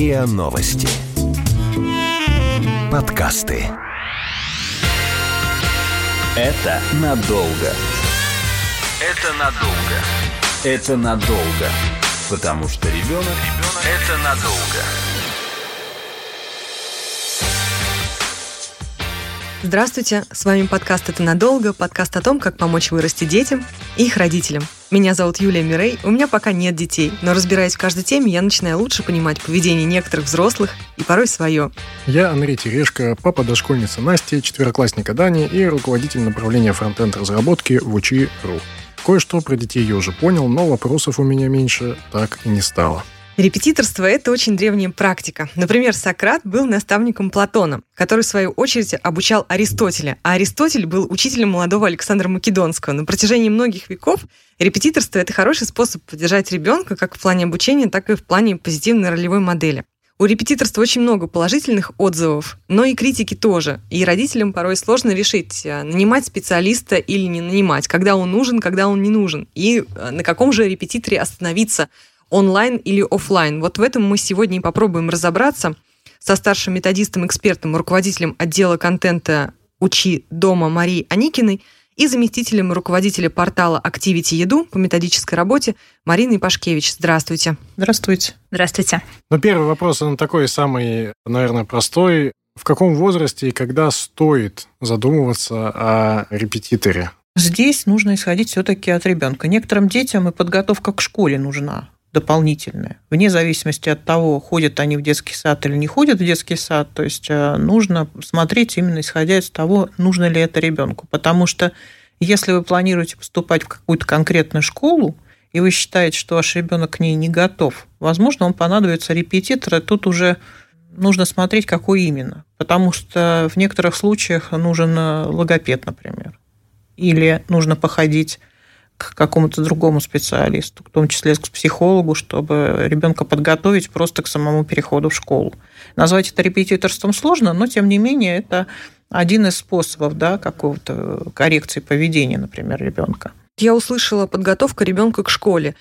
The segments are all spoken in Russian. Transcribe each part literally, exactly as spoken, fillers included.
РИА Новости. Подкасты. Это надолго. Это надолго. Это надолго. Потому что ребенок – это надолго. Здравствуйте, с вами подкаст «Это надолго», подкаст о том, как помочь вырасти детям и их родителям. Меня зовут Юлия Мирей, у меня пока нет детей, но разбираясь в каждой теме, я начинаю лучше понимать поведение некоторых взрослых и порой свое. Я Андрей Терешко, папа дошкольницы Насти, четвероклассника Дани и руководитель направления фронтенд разработки в учи точка ру. Кое-что про детей я уже понял, но вопросов у меня меньше так и не стало. Репетиторство – это очень древняя практика. Например, Сократ был наставником Платона, который, в свою очередь, обучал Аристотеля. А Аристотель был учителем молодого Александра Македонского. На протяжении многих веков репетиторство – это хороший способ поддержать ребенка как в плане обучения, так и в плане позитивной ролевой модели. У репетиторства очень много положительных отзывов, но и критики тоже. И родителям порой сложно решить, нанимать специалиста или не нанимать, когда он нужен, когда он не нужен, и на каком же репетиторе остановиться – онлайн или офлайн. Вот в этом мы сегодня и попробуем разобраться со старшим методистом-экспертом, руководителем отдела контента «Учи дома» Марией Аникиной и заместителем руководителя портала Activity Edu по методической работе Мариной Пашкевич. Здравствуйте. Здравствуйте. Здравствуйте. Ну, первый вопрос, он такой самый, наверное, простой. В каком возрасте и когда стоит задумываться о репетиторе? Здесь нужно исходить все-таки от ребенка. Некоторым детям и подготовка к школе нужна. Дополнительное. Вне зависимости от того, ходят они в детский сад или не ходят в детский сад, то есть нужно смотреть именно исходя из того, нужно ли это ребенку. Потому что если вы планируете поступать в какую-то конкретную школу, и вы считаете, что ваш ребенок к ней не готов, возможно, вам понадобится репетитор, и тут уже нужно смотреть, какой именно. Потому что в некоторых случаях нужен логопед, например, или нужно походить к какому-то другому специалисту, в том числе к психологу, чтобы ребенка подготовить просто к самому переходу в школу. Назвать это репетиторством сложно, но, тем не менее, это один из способов, да, какого-то коррекции поведения, например, ребенка. Я услышала подготовка ребенка к школе.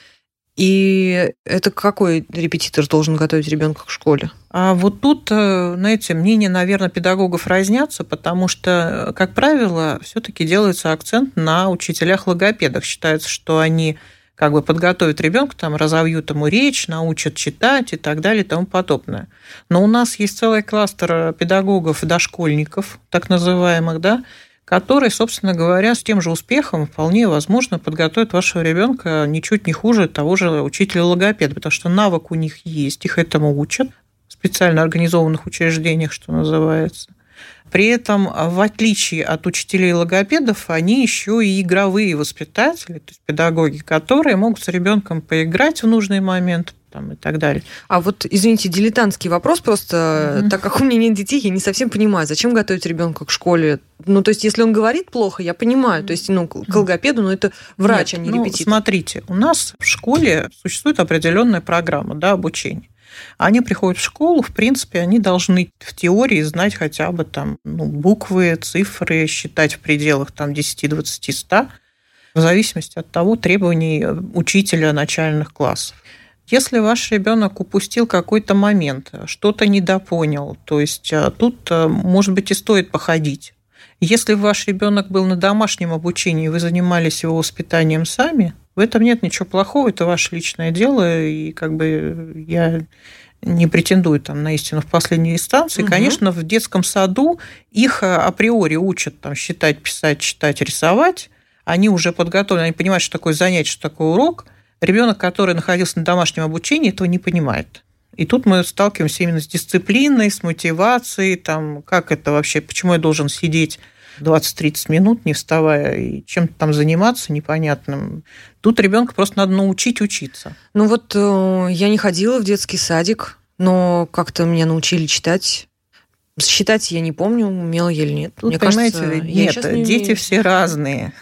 И это какой репетитор должен готовить ребенка к школе? А вот тут, знаете, мнения, наверное, педагогов разнятся, потому что, как правило, все-таки делается акцент на учителях-логопедах. Считается, что они как бы подготовят ребенка, там, разовьют ему речь, научат читать и так далее и тому подобное. Но у нас есть целый кластер педагогов-дошкольников, так называемых, да, которые, собственно говоря, с тем же успехом вполне возможно подготовят вашего ребенка ничуть не хуже того же учителя-логопеда, потому что навык у них есть, их этому учат в специально организованных учреждениях, что называется. При этом, в отличие от учителей-логопедов, они еще и игровые воспитатели, то есть педагоги, которые могут с ребенком поиграть в нужный момент, там, и так далее. А вот, извините, дилетантский вопрос просто, mm-hmm. так как у меня нет детей, я не совсем понимаю, зачем готовить ребенка к школе. Ну, то есть, если он говорит плохо, я понимаю, то есть, ну, к логопеду, но это врач, нет, а не ну, репетитор. Смотрите, у нас в школе существует определенная программа, да, обучения. Они приходят в школу, в принципе, они должны в теории знать хотя бы там, ну, буквы, цифры, считать в пределах там, десять, двадцать, сто, в зависимости от того требований учителя начальных классов. Если ваш ребенок упустил какой-то момент, что-то недопонял, то есть тут, может быть, и стоит походить. Если ваш ребенок был на домашнем обучении, вы занимались его воспитанием сами, в этом нет ничего плохого, это ваше личное дело, и как бы я не претендую там на истину в последней инстанции. Угу. Конечно, в детском саду их априори учат там, считать, писать, читать, рисовать, они уже подготовлены, они понимают, что такое занятие, что такое урок. Ребенок, который находился на домашнем обучении, этого не понимает. И тут мы сталкиваемся именно с дисциплиной, с мотивацией, там, как это вообще, почему я должен сидеть двадцать-тридцать минут, не вставая, и чем-то там заниматься непонятным. Тут ребенка просто надо научить учиться. Ну вот э, я не ходила в детский садик, но как-то меня научили читать. Считать я не помню, умела я или нет. Тут, Мне понимаете, кажется, нет, не дети умею. все разные.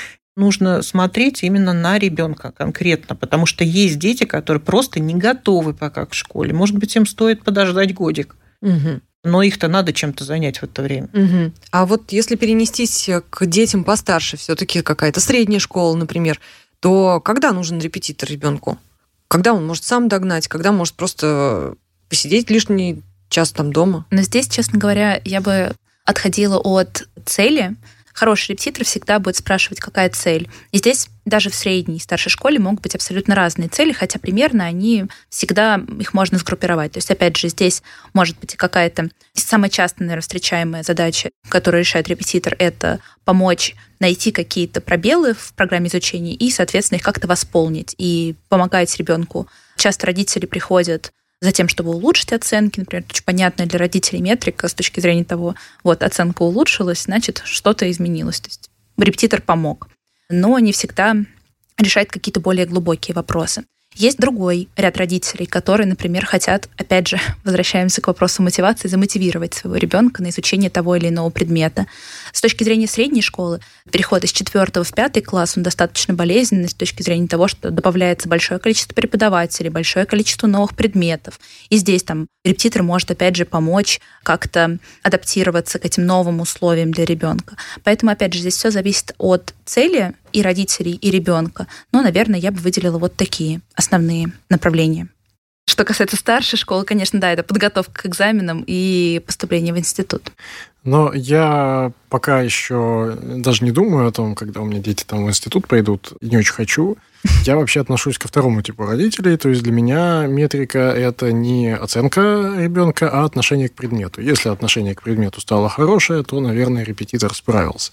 Нужно смотреть именно на ребенка конкретно, потому что есть дети, которые просто не готовы пока к школе. Может быть, им стоит подождать годик. Угу. Но их-то надо чем-то занять в это время. Угу. А вот если перенестись к детям постарше, все-таки какая-то средняя школа, например, то когда нужен репетитор ребенку? Когда он может сам догнать, когда может просто посидеть лишний час там дома. Но здесь, честно говоря, я бы отходила от цели. Хороший репетитор всегда будет спрашивать, какая цель. И здесь даже в средней и старшей школе могут быть абсолютно разные цели, хотя примерно они всегда, их можно сгруппировать. То есть, опять же, здесь может быть и какая-то самая часто, наверное, встречаемая задача, которую решает репетитор, это помочь найти какие-то пробелы в программе изучения и, соответственно, их как-то восполнить и помогать ребенку. Часто родители приходят за тем, чтобы улучшить оценки. Например, очень понятная для родителей метрика с точки зрения того, вот оценка улучшилась, значит, что-то изменилось. То есть репетитор помог. Но не всегда решает какие-то более глубокие вопросы. Есть другой ряд родителей, которые, например, хотят, опять же, возвращаемся к вопросу мотивации, замотивировать своего ребенка на изучение того или иного предмета. С точки зрения средней школы, переход из четвертого в пятый класс, он достаточно болезненный с точки зрения того, что добавляется большое количество преподавателей, большое количество новых предметов. И здесь там репетитор может, опять же, помочь как-то адаптироваться к этим новым условиям для ребенка. Поэтому, опять же, здесь все зависит от цели и родителей, и ребенка. Но, наверное, я бы выделила вот такие основные направления. Что касается старшей школы, конечно, да, это подготовка к экзаменам и поступление в институт. Но я пока еще даже не думаю о том, когда у меня дети там в институт пойдут, и не очень хочу. Я вообще отношусь ко второму типу родителей, то есть для меня метрика – это не оценка ребенка, а отношение к предмету. Если отношение к предмету стало хорошее, то, наверное, репетитор справился.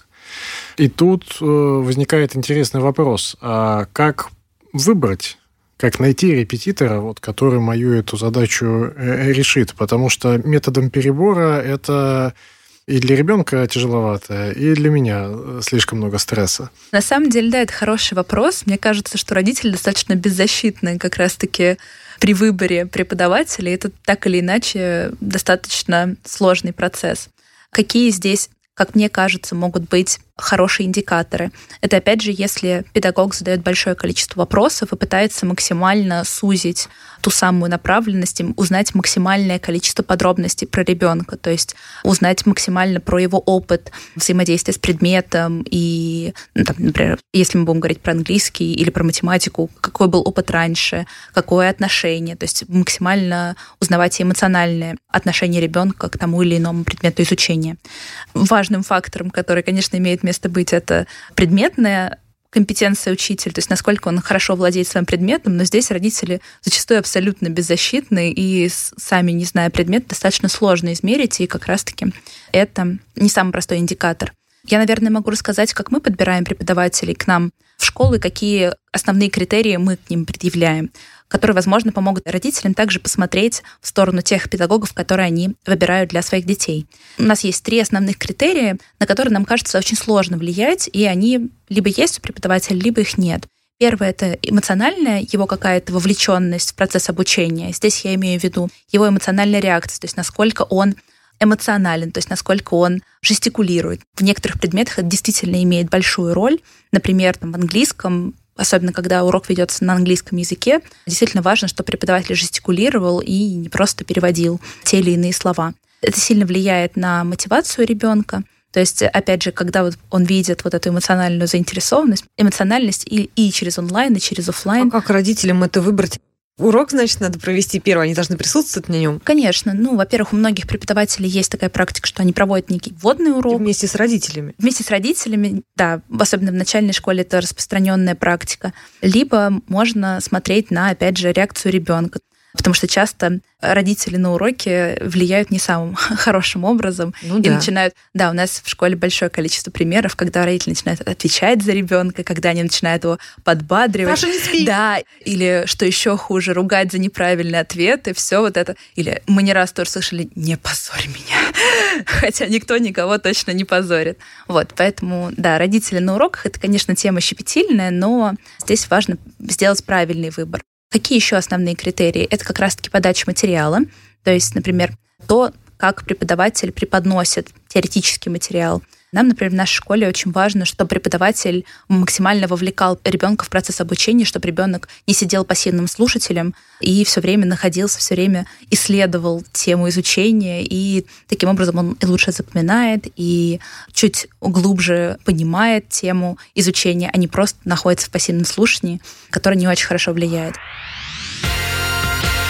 И тут возникает интересный вопрос, а как выбрать, как найти репетитора, вот, который мою эту задачу решит? Потому что методом перебора это и для ребенка тяжеловато, и для меня слишком много стресса. На самом деле, да, это хороший вопрос. Мне кажется, что родители достаточно беззащитны как раз-таки при выборе преподавателей. Это так или иначе достаточно сложный процесс. Какие здесь, как мне кажется, могут быть хорошие индикаторы? Это, опять же, если педагог задает большое количество вопросов и пытается максимально сузить ту самую направленность, узнать максимальное количество подробностей про ребенка, то есть узнать максимально про его опыт взаимодействия с предметом и, ну, там, например, если мы будем говорить про английский или про математику, какой был опыт раньше, какое отношение, то есть максимально узнавать эмоциональное отношение ребенка к тому или иному предмету изучения. Важным фактором, который, конечно, имеет место быть, это предметная компетенция учителя, то есть насколько он хорошо владеет своим предметом, но здесь родители зачастую абсолютно беззащитны, и сами, не зная предмет, достаточно сложно измерить, и как раз-таки это не самый простой индикатор. Я, наверное, могу рассказать, как мы подбираем преподавателей к нам в школы, какие основные критерии мы к ним предъявляем, которые, возможно, помогут родителям также посмотреть в сторону тех педагогов, которые они выбирают для своих детей. У нас есть три основных критерия, на которые, нам кажется, очень сложно влиять, и они либо есть у преподавателя, либо их нет. Первое — это эмоциональная его какая-то вовлеченность в процесс обучения. Здесь я имею в виду его эмоциональная реакция, то есть насколько он эмоционален, то есть насколько он жестикулирует. В некоторых предметах это действительно имеет большую роль. Например, там, в английском, особенно когда урок ведется на английском языке, действительно важно, чтобы преподаватель жестикулировал и не просто переводил те или иные слова. Это сильно влияет на мотивацию ребенка. То есть, опять же, когда вот он видит вот эту эмоциональную заинтересованность, эмоциональность и, и через онлайн, и через офлайн. А как родителям это выбрать? Урок, значит, надо провести первый, они должны присутствовать на нем. Конечно. Ну, во-первых, у многих преподавателей есть такая практика, что они проводят некий вводный урок. И вместе с родителями. Вместе с родителями, да. Особенно в начальной школе это распространенная практика. Либо можно смотреть на, опять же, реакцию ребенка. Потому что часто родители на уроке влияют не самым хорошим образом. Ну, и да. начинают... Да, у нас в школе большое количество примеров, когда родители начинают отвечать за ребенка, когда они начинают его подбадривать. Саша, не спи! Да, или, что еще хуже, ругать за неправильный ответ, и все вот это. Или мы не раз тоже слышали: «Не позорь меня». Хотя никто никого точно не позорит. Вот, поэтому, да, родители на уроках — это, конечно, тема щепетильная, но здесь важно сделать правильный выбор. Какие еще основные критерии? Это как раз-таки подача материала. То есть, например, то, как преподаватель преподносит теоретический материал. Нам, например, в нашей школе очень важно, чтобы преподаватель максимально вовлекал ребенка в процесс обучения, чтобы ребенок не сидел пассивным слушателем и все время находился, все время исследовал тему изучения, и таким образом он и лучше запоминает, и чуть глубже понимает тему изучения, а не просто находится в пассивном слушании, которое не очень хорошо влияет.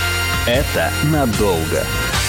Это надолго.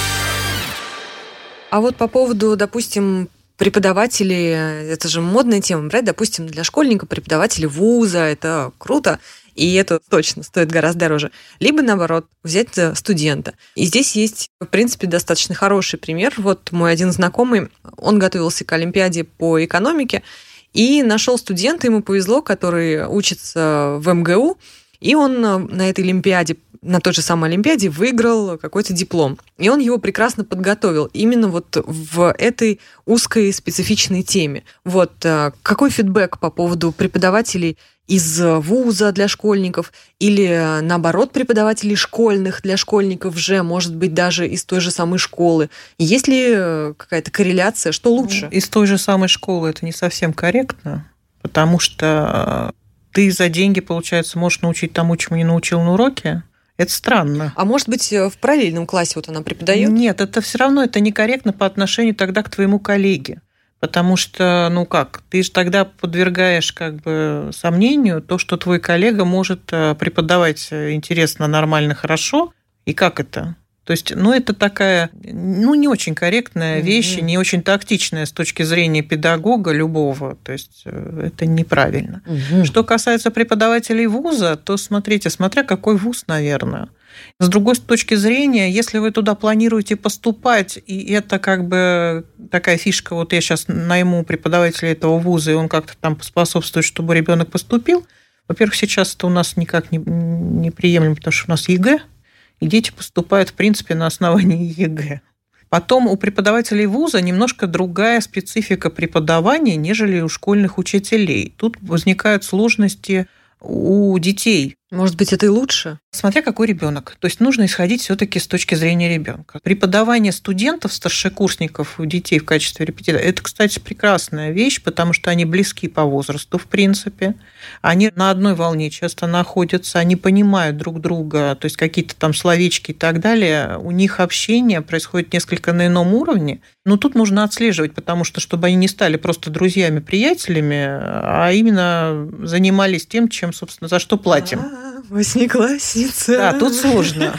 А вот по поводу, допустим, преподавателей, это же модная тема, брать, допустим, для школьника преподаватели вуза, это круто, и это точно стоит гораздо дороже. Либо, наоборот, взять студента. И здесь есть, в принципе, достаточно хороший пример. Вот мой один знакомый, он готовился к Олимпиаде по экономике, и нашел студента, ему повезло, который учится в эм гэ у, и он на этой Олимпиаде, на той же самой Олимпиаде выиграл какой-то диплом. И он его прекрасно подготовил именно вот в этой узкой специфичной теме. Вот какой фидбэк по поводу преподавателей из вуза для школьников или, наоборот, преподавателей школьных для школьников же, может быть, даже из той же самой школы? Есть ли какая-то корреляция? Что лучше? Из той же самой школы это не совсем корректно, потому что ты за деньги, получается, можешь научить тому, чему не научил на уроке. Это странно. А может быть, в параллельном классе вот она преподает? Нет, это все равно это некорректно по отношению тогда к твоему коллеге. Потому что, ну как, ты же тогда подвергаешь как бы сомнению то, что твой коллега может преподавать интересно, нормально, хорошо. И как это? То есть, ну, это такая, ну, не очень корректная вещь, mm-hmm. не очень тактичная с точки зрения педагога любого. То есть, это неправильно. Mm-hmm. Что касается преподавателей вуза, то смотрите, смотря какой вуз, наверное. С другой точки зрения, если вы туда планируете поступать, и это как бы такая фишка, вот я сейчас найму преподавателя этого вуза, и он как-то там поспособствует, чтобы ребенок поступил, во-первых, сейчас это у нас никак не, не приемлемо, потому что у нас ЕГЭ, и дети поступают, в принципе, на основании ЕГЭ. Потом у преподавателей вуза немножко другая специфика преподавания, нежели у школьных учителей. Тут возникают сложности у детей. Может быть, это и лучше? Смотря какой ребенок. То есть нужно исходить все-таки с точки зрения ребенка. Преподавание студентов, старшекурсников, у детей в качестве репетитора, это, кстати, прекрасная вещь, потому что они близки по возрасту, в принципе. Они на одной волне часто находятся, они понимают друг друга, то есть какие-то там словечки и так далее. У них общение происходит несколько на ином уровне. Но тут нужно отслеживать, потому что, чтобы они не стали просто друзьями, приятелями, а именно занимались тем, чем, собственно, за что платим. Восьмиклассница. Да, тут сложно.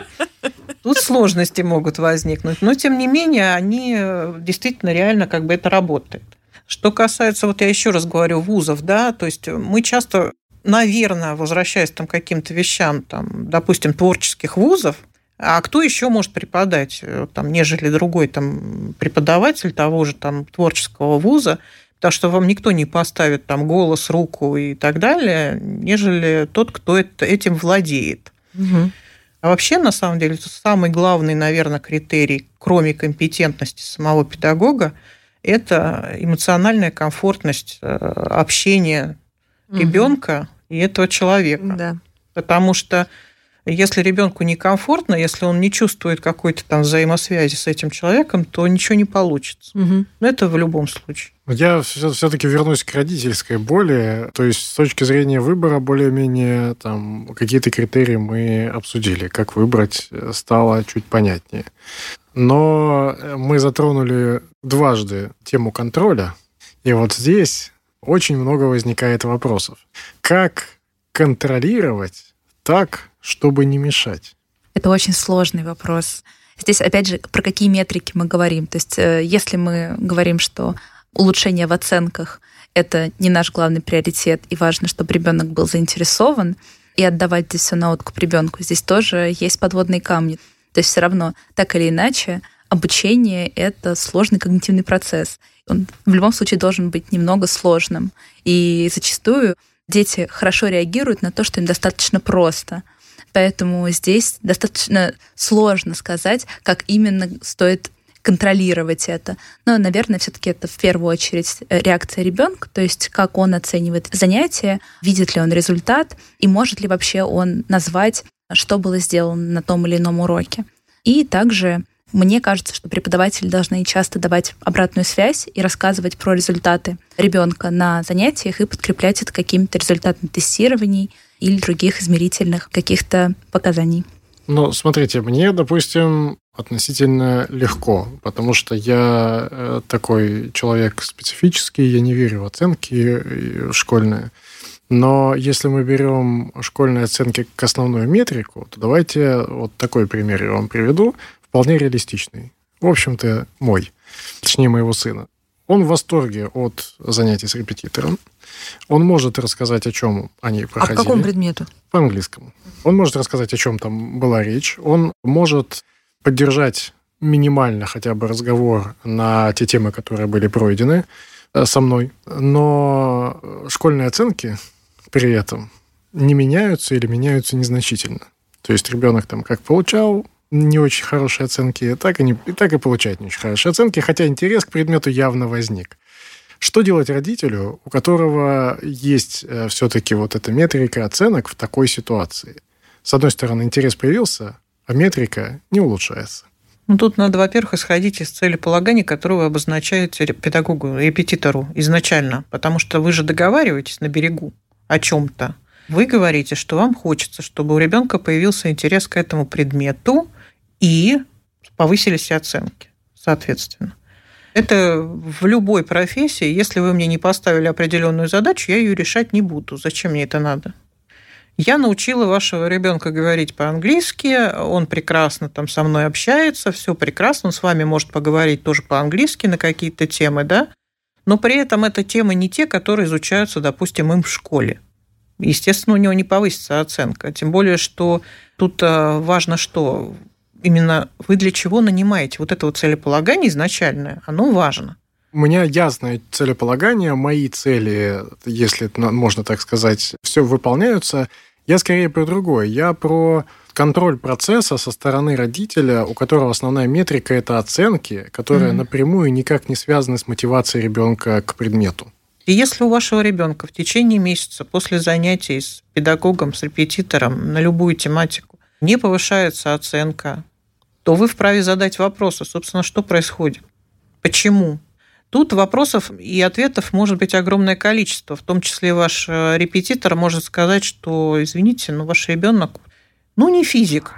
Тут сложности могут возникнуть. Но, тем не менее, они действительно реально как бы это работает. Что касается, вот я еще раз говорю, вузов, да, то есть мы часто, наверное, возвращаясь там, к каким-то вещам, там, допустим, творческих вузов, а кто еще может преподать, там, нежели другой там, преподаватель того же там, творческого вуза, потому что вам никто не поставит там голос, руку и так далее, нежели тот, кто это, этим владеет. Угу. А вообще, на самом деле, самый главный, наверное, критерий, кроме компетентности самого педагога, это эмоциональная комфортность общения угу. ребенка и этого человека. Да. Потому что если ребенку некомфортно, если он не чувствует какой-то там взаимосвязи с этим человеком, то ничего не получится. Угу. Но это в любом случае. Я все-таки вернусь к родительской боли. То есть с точки зрения выбора более-менее там какие-то критерии мы обсудили. Как выбрать стало чуть понятнее. Но мы затронули дважды тему контроля. И вот здесь очень много возникает вопросов. Как контролировать так, чтобы не мешать? Это очень сложный вопрос. Здесь, опять же, про какие метрики мы говорим. То есть, если мы говорим, что улучшение в оценках — это не наш главный приоритет, и важно, чтобы ребенок был заинтересован, и отдавать здесь все на откуп ребенку, здесь тоже есть подводные камни. То есть все равно, так или иначе, обучение — это сложный когнитивный процесс. Он в любом случае должен быть немного сложным. И зачастую дети хорошо реагируют на то, что им достаточно просто. Поэтому здесь достаточно сложно сказать, как именно стоит контролировать это. Но, наверное, все-таки это в первую очередь реакция ребенка, то есть как он оценивает занятие, видит ли он результат и может ли вообще он назвать, что было сделано на том или ином уроке. И также мне кажется, что преподаватели должны часто давать обратную связь и рассказывать про результаты ребенка на занятиях и подкреплять это какими-то результатами тестирований или других измерительных каких-то показаний. Ну, смотрите, мне, допустим, относительно легко, потому что я такой человек специфический, я не верю в оценки школьные. Но если мы берем школьные оценки как основную метрику, то давайте вот такой пример я вам приведу, вполне реалистичный. В общем-то, мой, точнее, моего сына. Он в восторге от занятий с репетитором. Он может рассказать, о чем они проходили. А по какому предмету? По английскому. Он может рассказать, о чем там была речь. Он может поддержать минимально хотя бы разговор на те темы, которые были пройдены со мной. Но школьные оценки при этом не меняются или меняются незначительно. То есть ребенок там как получал не очень хорошие оценки, так и, не, так и получает не очень хорошие оценки, хотя интерес к предмету явно возник. Что делать родителю, у которого есть все-таки вот эта метрика оценок в такой ситуации? С одной стороны, интерес появился, а метрика не улучшается. Ну, тут надо, во-первых, исходить из целеполагания, которое вы обозначаете педагогу, репетитору изначально, потому что вы же договариваетесь на берегу о чем-то. Вы говорите, что вам хочется, чтобы у ребенка появился интерес к этому предмету и повысились оценки, соответственно. Это в любой профессии. Если вы мне не поставили определенную задачу, я ее решать не буду. Зачем мне это надо? Я научила вашего ребенка говорить по-английски, он прекрасно там со мной общается, все прекрасно, он с вами может поговорить тоже по-английски на какие-то темы, да? Но при этом это темы не те, которые изучаются, допустим, им в школе. Естественно, у него не повысится оценка. Тем более, что тут важно, что именно вы для чего нанимаете. Вот это вот целеполагание изначальное, оно важно. У меня ясное целеполагание, мои цели, если можно так сказать, все выполняются. Я скорее про другое. Я про контроль процесса со стороны родителя, у которого основная метрика – это оценки, которые mm-hmm. напрямую никак не связаны с мотивацией ребенка к предмету. И если у вашего ребенка в течение месяца после занятий с педагогом, с репетитором на любую тематику не повышается оценка, то вы вправе задать вопрос, собственно, что происходит, почему. Тут вопросов и ответов может быть огромное количество, в том числе ваш репетитор может сказать, что, извините, но ваш ребенок, ну, не физик.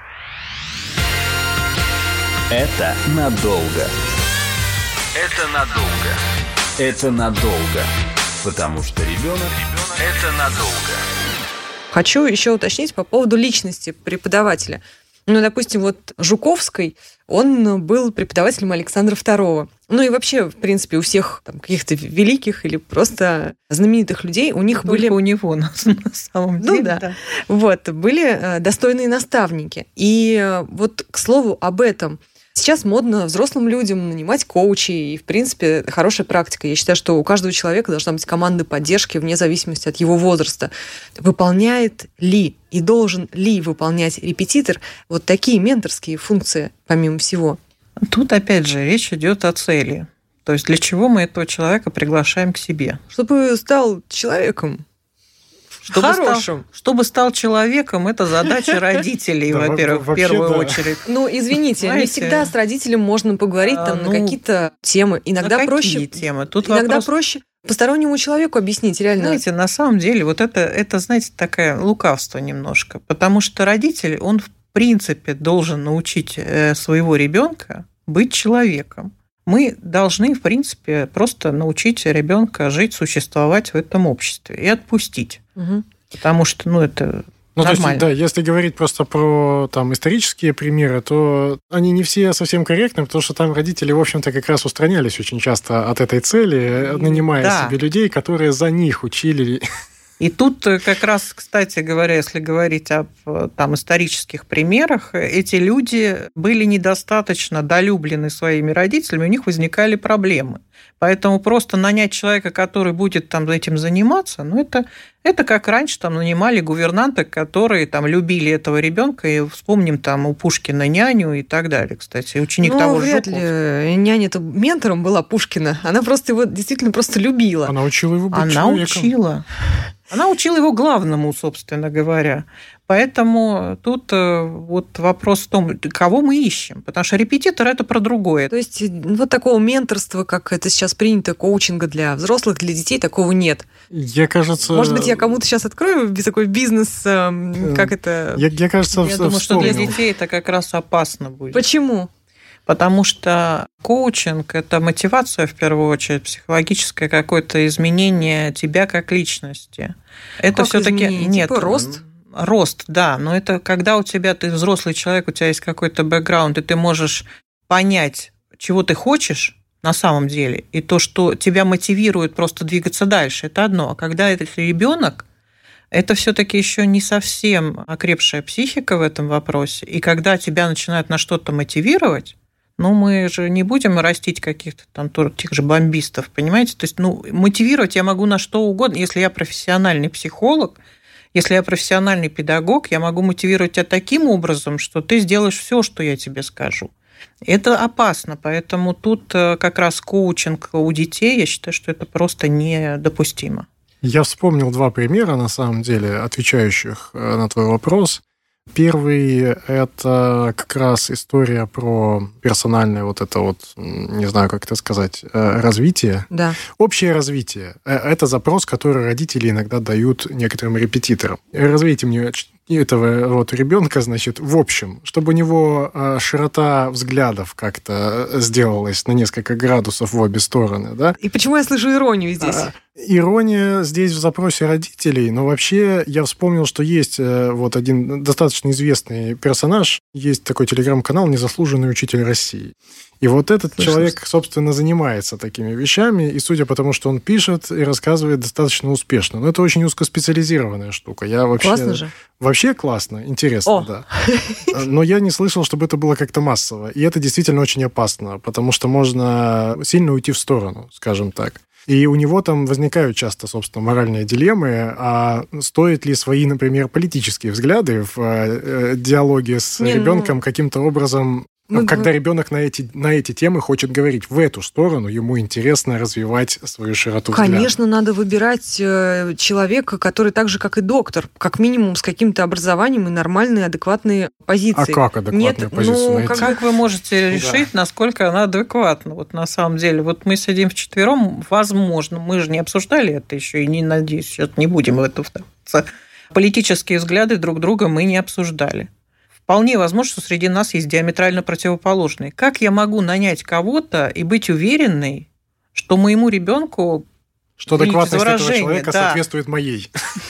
Это надолго. Это надолго. Это надолго. Потому что ребенок – это надолго. Хочу еще уточнить по поводу личности преподавателя. Ну, допустим, вот Жуковский, он был преподавателем Александра второго. Ну и вообще, в принципе, у всех там, каких-то великих или просто знаменитых людей у них Только были... у него, на самом деле. Ну да. да. Вот, были достойные наставники. И вот, к слову, об этом. Сейчас модно взрослым людям нанимать коучей, и, в принципе, это хорошая практика. Я считаю, что у каждого человека должна быть команда поддержки вне зависимости от его возраста. Выполняет ли и должен ли выполнять репетитор вот такие менторские функции, помимо всего? Тут, опять же, речь идет о цели. То есть для чего мы этого человека приглашаем к себе? Чтобы стал человеком. Чтобы стал, чтобы стал человеком, это задача родителей, да, во-первых, в первую да. очередь. Ну, извините, Знаете, не всегда с родителем можно поговорить а, там, ну, на какие-то темы. Иногда на проще, какие темы? Тут иногда вопрос... проще постороннему человеку объяснить, реально. Знаете, на самом деле, вот это, это, знаете, такое лукавство немножко. Потому что родитель, он, в принципе, должен научить своего ребенка быть человеком. Мы должны, в принципе, просто научить ребенка жить, существовать в этом обществе и отпустить. Угу. Потому что, ну, это ну, нормально. То есть, да, если говорить просто про там, исторические примеры, то они не все совсем корректны, потому что там родители, в общем-то, как раз устранялись очень часто от этой цели, нанимая да. себе людей, которые за них учили... И тут как раз, кстати говоря, если говорить об там, исторических примерах, эти люди были недостаточно долюблены своими родителями, у них возникали проблемы. Поэтому просто нанять человека, который будет там этим заниматься, ну, это, это как раньше там нанимали гувернанток, которые там любили этого ребенка, и вспомним там у Пушкина няню и так далее, кстати, ученик ну, того же вряд Жуковского. ли няня-то ментором была Пушкина, она просто его действительно просто любила. Она учила его быть Она человеком. учила. Она учила его главному, собственно говоря. Поэтому тут вот вопрос в том, кого мы ищем. Потому что репетитор – это про другое. То есть вот такого менторства, как это сейчас принято, коучинга для взрослых, для детей, такого нет. Я, кажется... Может быть, я кому-то сейчас открою такой бизнес, как это... Я, я кажется, Я думаю, что для детей это как раз опасно будет. Почему? Потому что коучинг – это мотивация, в первую очередь, психологическое какое-то изменение тебя как личности. Это как все-таки нет типа рост. Рост, да, но это когда у тебя, ты взрослый человек, у тебя есть какой-то бэкграунд, и ты можешь понять, чего ты хочешь на самом деле, и то, что тебя мотивирует просто двигаться дальше, это одно. А когда это ребенок, это все-таки еще не совсем окрепшая психика в этом вопросе, и когда тебя начинают на что-то мотивировать, ну, мы же не будем растить каких-то там тех же бомбистов, понимаете? То есть, ну, мотивировать я могу на что угодно. Если я профессиональный психолог, если я профессиональный педагог, я могу мотивировать тебя таким образом, что ты сделаешь все, что я тебе скажу. Это опасно, поэтому тут как раз коучинг у детей, я считаю, что это просто недопустимо. Я вспомнил два примера, на самом деле, отвечающих на твой вопрос. Первый – это как раз история про персональное вот это вот, не знаю, как это сказать, развитие. Да. Общее развитие. Это запрос, который родители иногда дают некоторым репетиторам. Развейте мне этого вот ребенка, значит, в общем, чтобы у него широта взглядов как-то сделалась на несколько градусов в обе стороны, да? И почему я слышу иронию здесь? А, ирония здесь в запросе родителей, но вообще я вспомнил, что есть вот один достаточно известный персонаж, есть такой телеграм-канал «Незаслуженный учитель России». И вот этот Слышно. человек, собственно, занимается такими вещами, и судя по тому, что он пишет и рассказывает, достаточно успешно. Но это очень узкоспециализированная штука. Я вообще... Классно же. Вообще классно, интересно, О. да. Но я не слышал, чтобы это было как-то массово. И это действительно очень опасно, потому что можно сильно уйти в сторону, скажем так. И у него там возникают часто, собственно, моральные дилеммы, а стоит ли свои, например, политические взгляды в э, диалоге с не, ребенком ну... каким-то образом... Мы... Когда ребенок на эти, на эти темы хочет говорить в эту сторону, ему интересно развивать свою широту взгляда. Конечно, надо выбирать человека, который так же, как и доктор, как минимум с каким-то образованием и нормальные, адекватные позиции. А как адекватные Нет, позиции ну, найти? Как, как вы можете решить, да. насколько она адекватна? Вот на самом деле, вот мы сидим вчетвером, возможно, мы же не обсуждали это еще, и не надеюсь, сейчас не будем в это вдаваться. Политические взгляды друг друга мы не обсуждали. Вполне возможно, что среди нас есть диаметрально противоположные. Как я могу нанять кого-то и быть уверенной, что моему ребенку, что адекватность этого человека да, соответствует моей,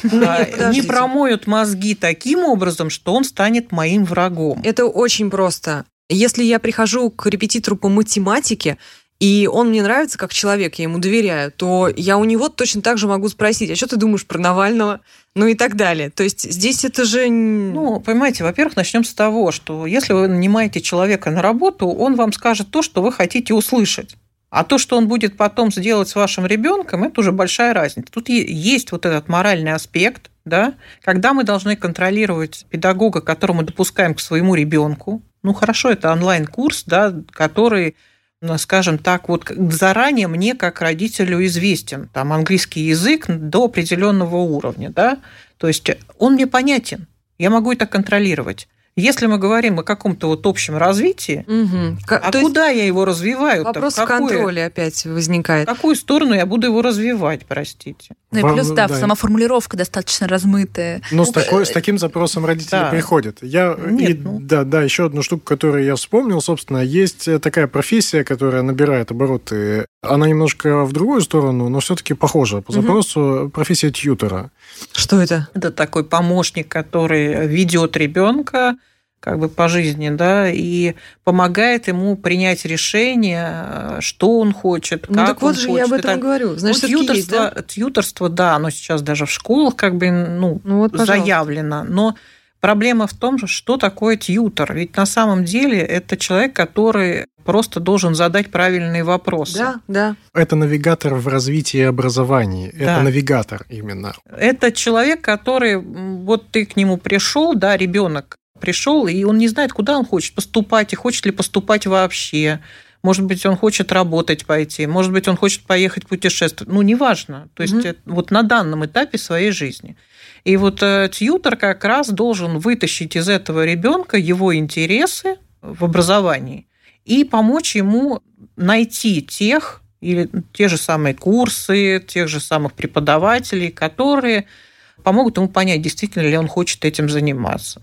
не промоют мозги таким образом, что он станет моим врагом? Это очень просто. Если я прихожу к репетитору по математике, и он мне нравится как человек, я ему доверяю, то я у него точно так же могу спросить, а что ты думаешь про Навального? Ну и так далее. То есть здесь это же... Ну, понимаете, во-первых, начнем с того, что если вы нанимаете человека на работу, он вам скажет то, что вы хотите услышать. А то, что он будет потом сделать с вашим ребенком, это уже большая разница. Тут есть вот этот моральный аспект, да, когда мы должны контролировать педагога, которого мы допускаем к своему ребенку. Ну, хорошо, это онлайн-курс, да, который... скажем так, вот заранее мне как родителю известен, там английский язык до определенного уровня, да, то есть он мне понятен, я могу это контролировать. Если мы говорим о каком-то вот общем развитии, угу. а то куда я его развиваю? Вопрос в контроле опять возникает. В какую сторону я буду его развивать, простите? Ну и плюс, да, да, сама формулировка достаточно размытая. Но с, такой, с таким запросом родители да. приходят. Я, Нет, и, ну... да, да, еще одну штуку, которую я вспомнил, собственно, есть такая профессия, которая набирает обороты. Она немножко в другую сторону, но все-таки похожа по запросу. Угу. Профессия тьютера. Что это? Это такой помощник, который ведет ребенка как бы по жизни, да, и помогает ему принять решение, что он хочет, ну, как так вот он же хочет. Я об этом это... говорю. Значит, ну, тьюторство, есть, да? тьюторство, да, оно сейчас даже в школах как бы ну, ну, вот, заявлено, но проблема в том, что такое тьютор. Ведь на самом деле это человек, который просто должен задать правильные вопросы. Да, да. Это навигатор в развитии образования. Да. Это навигатор именно. Это человек, который, вот ты к нему пришел, да, ребенок пришел, и он не знает, куда он хочет поступать, и хочет ли поступать вообще. Может быть, он хочет работать пойти, может быть, он хочет поехать путешествовать. Ну, неважно. То есть mm-hmm. вот на данном этапе своей жизни. И вот тьютор как раз должен вытащить из этого ребенка его интересы в образовании и помочь ему найти тех или те же самые курсы, тех же самых преподавателей, которые помогут ему понять, действительно ли он хочет этим заниматься.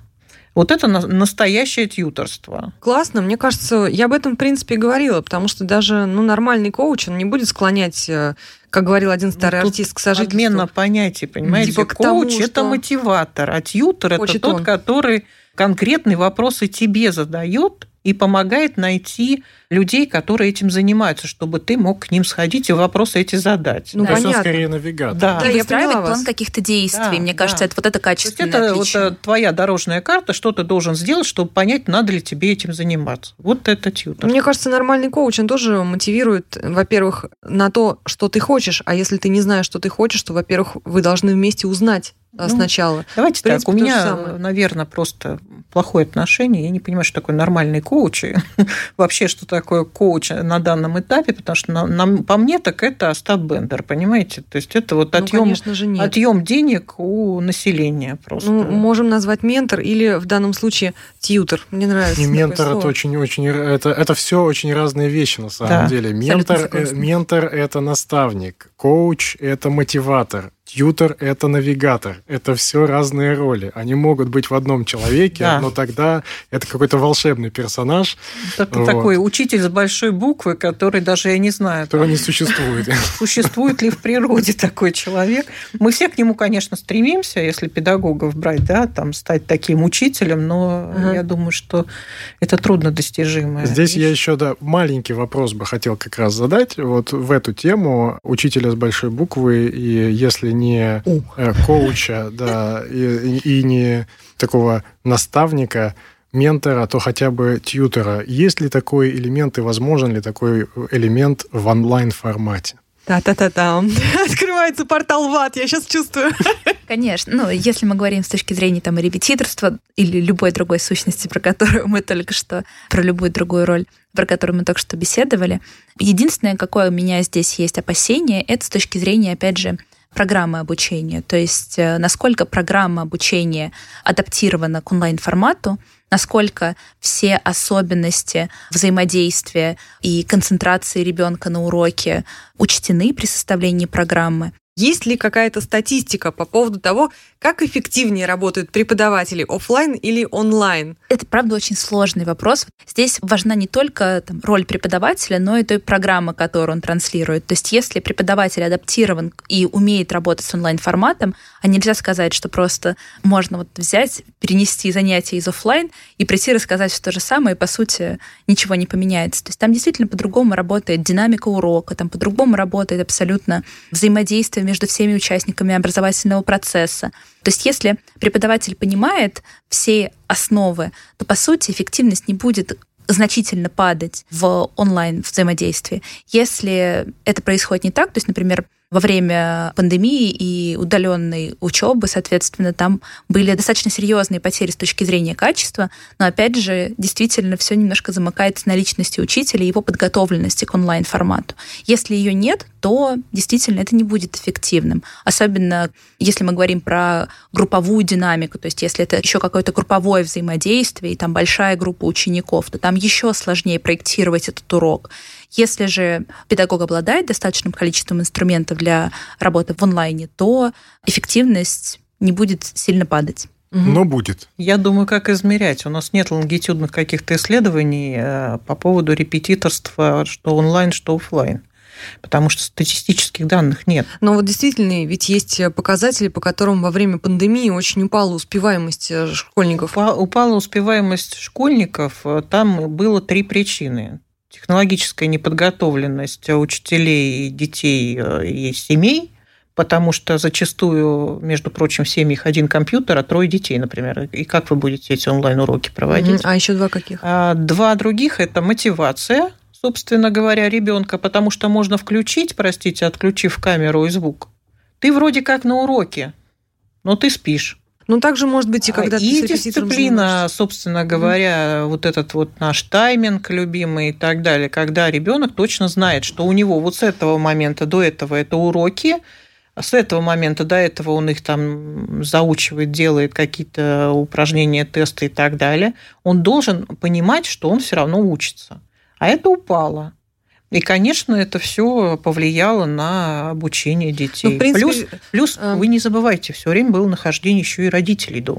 Вот это настоящее тьюторство. Классно. Мне кажется, я об этом, в принципе, и говорила, потому что даже ну, нормальный коуч, он не будет склонять, как говорил один старый ну, артист, к сожительству. Подмена понятий, понимаете? Типа коуч – тому, это что... мотиватор, а тьютор – это тот, он. который конкретные вопросы тебе задает и помогает найти людей, которые этим занимаются, чтобы ты мог к ним сходить и вопросы эти задать. Ну, да. То есть он скорее навигатор. Да, да, выстраивать план каких-то действий. Да, Мне кажется, да. это вот это качественное это отличие. Вот твоя дорожная карта, что ты должен сделать, чтобы понять, надо ли тебе этим заниматься. Вот это тьютор. Мне кажется, нормальный коуч, он тоже мотивирует, во-первых, на то, что ты хочешь, а если ты не знаешь, что ты хочешь, то, во-первых, вы должны вместе узнать ну, сначала. Давайте принципе, так, у меня, наверное, просто плохое отношение. Я не понимаю, что такое нормальный коуч, и вообще, что такое коуч на данном этапе, потому что на, на, по мне так это Остап Бендер, понимаете? То есть это вот отъем, ну, отъем денег у населения просто. Ну, можем назвать ментор или в данном случае тьютор. Мне нравится. И ментор это очень, очень, это, это все очень разные вещи на самом да, деле. Ментор, ментор это наставник, коуч это мотиватор. Тьютор – это навигатор. Это все разные роли. Они могут быть в одном человеке, да. но тогда это какой-то волшебный персонаж. Это вот. Такой учитель с большой буквы, который даже, я не знаю... Которого не существует. Существует ли в природе такой человек. Мы все к нему, конечно, стремимся, если педагогов брать, да, там, стать таким учителем, но ага. я думаю, что это трудно достижимое. Здесь вещь. Я еще, да, маленький вопрос бы хотел как раз задать. Вот в эту тему учителя с большой буквы, и если не коуча, да, и, и не такого наставника, ментора, то хотя бы тьютора. Есть ли такой элемент и возможен ли такой элемент в онлайн-формате? Та-та-та-та. Открывается портал в ад, я сейчас чувствую. Конечно. Ну, если мы говорим с точки зрения там, репетиторства или любой другой сущности, про которую мы только что, про любую другую роль, про которую мы только что беседовали, единственное, какое у меня здесь есть опасение, это с точки зрения, опять же, программы обучения. То есть насколько программа обучения адаптирована к онлайн-формату, насколько все особенности взаимодействия и концентрации ребенка на уроке учтены при составлении программы. Есть ли какая-то статистика по поводу того, как эффективнее работают преподаватели, офлайн или онлайн? Это, правда, очень сложный вопрос. Здесь важна не только там, роль преподавателя, но и той программы, которую он транслирует. То есть если преподаватель адаптирован и умеет работать с онлайн-форматом, а нельзя сказать, что просто можно вот взять, перенести занятия из офлайн и прийти рассказать все то же самое, и, по сути, ничего не поменяется. То есть там действительно по-другому работает динамика урока, там по-другому работает абсолютно взаимодействие между всеми участниками образовательного процесса. То есть если преподаватель понимает все основы, то, по сути, эффективность не будет значительно падать в онлайн-взаимодействии. Если это происходит не так, то есть, например, во время пандемии и удаленной учебы, соответственно, там были достаточно серьезные потери с точки зрения качества, но, опять же, действительно все немножко замыкается на личности учителя и его подготовленности к онлайн-формату. Если ее нет, то действительно это не будет эффективным. Особенно если мы говорим про групповую динамику, то есть если это еще какое-то групповое взаимодействие, и там большая группа учеников, то там еще сложнее проектировать этот урок. Если же педагог обладает достаточным количеством инструментов для работы в онлайне, то эффективность не будет сильно падать. Но будет. Я думаю, как измерять. У нас нет лонгитюдных каких-то исследований по поводу репетиторства, что онлайн, что офлайн. Потому что статистических данных нет. Но вот действительно, ведь есть показатели, по которым во время пандемии очень упала успеваемость школьников. Упала успеваемость школьников. Там было три причины. Технологическая неподготовленность учителей, детей и семей, потому что зачастую, между прочим, в семьях один компьютер, а трое детей, например. И как вы будете эти онлайн-уроки проводить? А еще два каких? Два других – это мотивация, собственно говоря, ребенка, потому что можно включить, простите, отключив камеру и звук. Ты вроде как на уроке, но ты спишь. Ну, также может быть и когда и ты с репетитором дисциплина, занимаешься. собственно говоря, mm-hmm. вот этот вот наш тайминг любимый и так далее, когда ребенок точно знает, что у него вот с этого момента до этого это уроки, с этого момента до этого он их там заучивает, делает какие-то упражнения, тесты и так далее. Он должен понимать, что он все равно учится. А это упало. И, конечно, это все повлияло на обучение детей. Ну, в принципе, плюс, плюс э... вы не забывайте, все время было нахождение еще и родителей дома.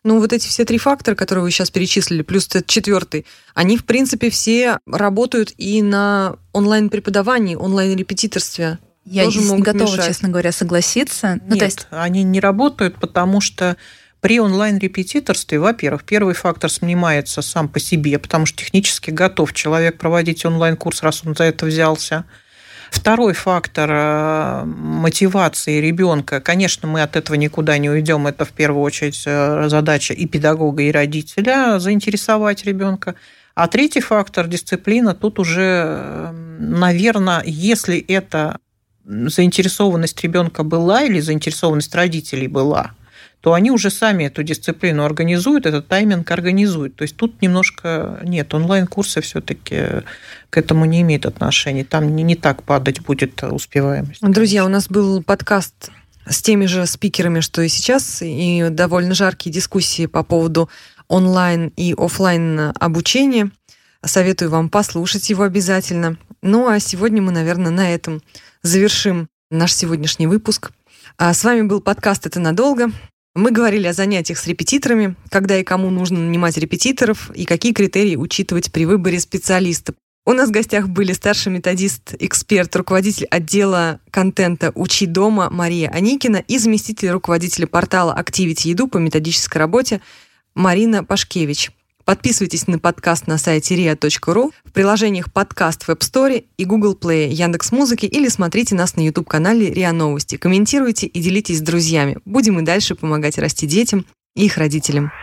Ну, вот эти все три фактора, которые вы сейчас перечислили, плюс этот четвертый, они, в принципе, все работают и на онлайн-преподавании, онлайн-репетиторстве. Я Тоже не могут готова, мешать. честно говоря, согласиться. Нет, ну, то есть... они не работают, потому что при онлайн-репетиторстве, во-первых, первый фактор снимается сам по себе, потому что технически готов человек проводить онлайн-курс, раз он за это взялся. Второй фактор мотивации ребенка, конечно, мы от этого никуда не уйдем, это в первую очередь задача и педагога, и родителя заинтересовать ребенка. А третий фактор – дисциплина. Тут уже, наверное, если это заинтересованность ребенка была или заинтересованность родителей была, то они уже сами эту дисциплину организуют, этот тайминг организуют. То есть тут немножко нет, онлайн-курсы все-таки к этому не имеют отношения. Там не, не так падать будет успеваемость. Друзья, у нас был подкаст с теми же спикерами, что и сейчас, и довольно жаркие дискуссии по поводу онлайн и офлайн обучения. Советую вам послушать его обязательно. Ну, а сегодня мы, наверное, на этом завершим наш сегодняшний выпуск. А с вами был подкаст «Это надолго». Мы говорили о занятиях с репетиторами, когда и кому нужно нанимать репетиторов и какие критерии учитывать при выборе специалиста. У нас в гостях были старший методист, эксперт, руководитель отдела контента «Учи дома» Мария Аникина и заместитель руководителя портала Activity Edu по методической работе Марина Пашкевич. Подписывайтесь на подкаст на сайте риа точка ру, в приложениях подкаст в App Store и Google Play, Яндекс.Музыки или смотрите нас на YouTube-канале РИА Новости. Комментируйте и делитесь с друзьями. Будем и дальше помогать расти детям и их родителям.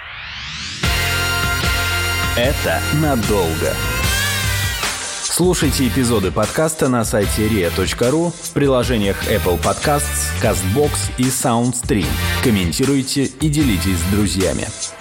Это надолго. Слушайте эпизоды подкаста на сайте риа точка ру, в приложениях Apple Podcasts, CastBox и SoundStream. Комментируйте и делитесь с друзьями.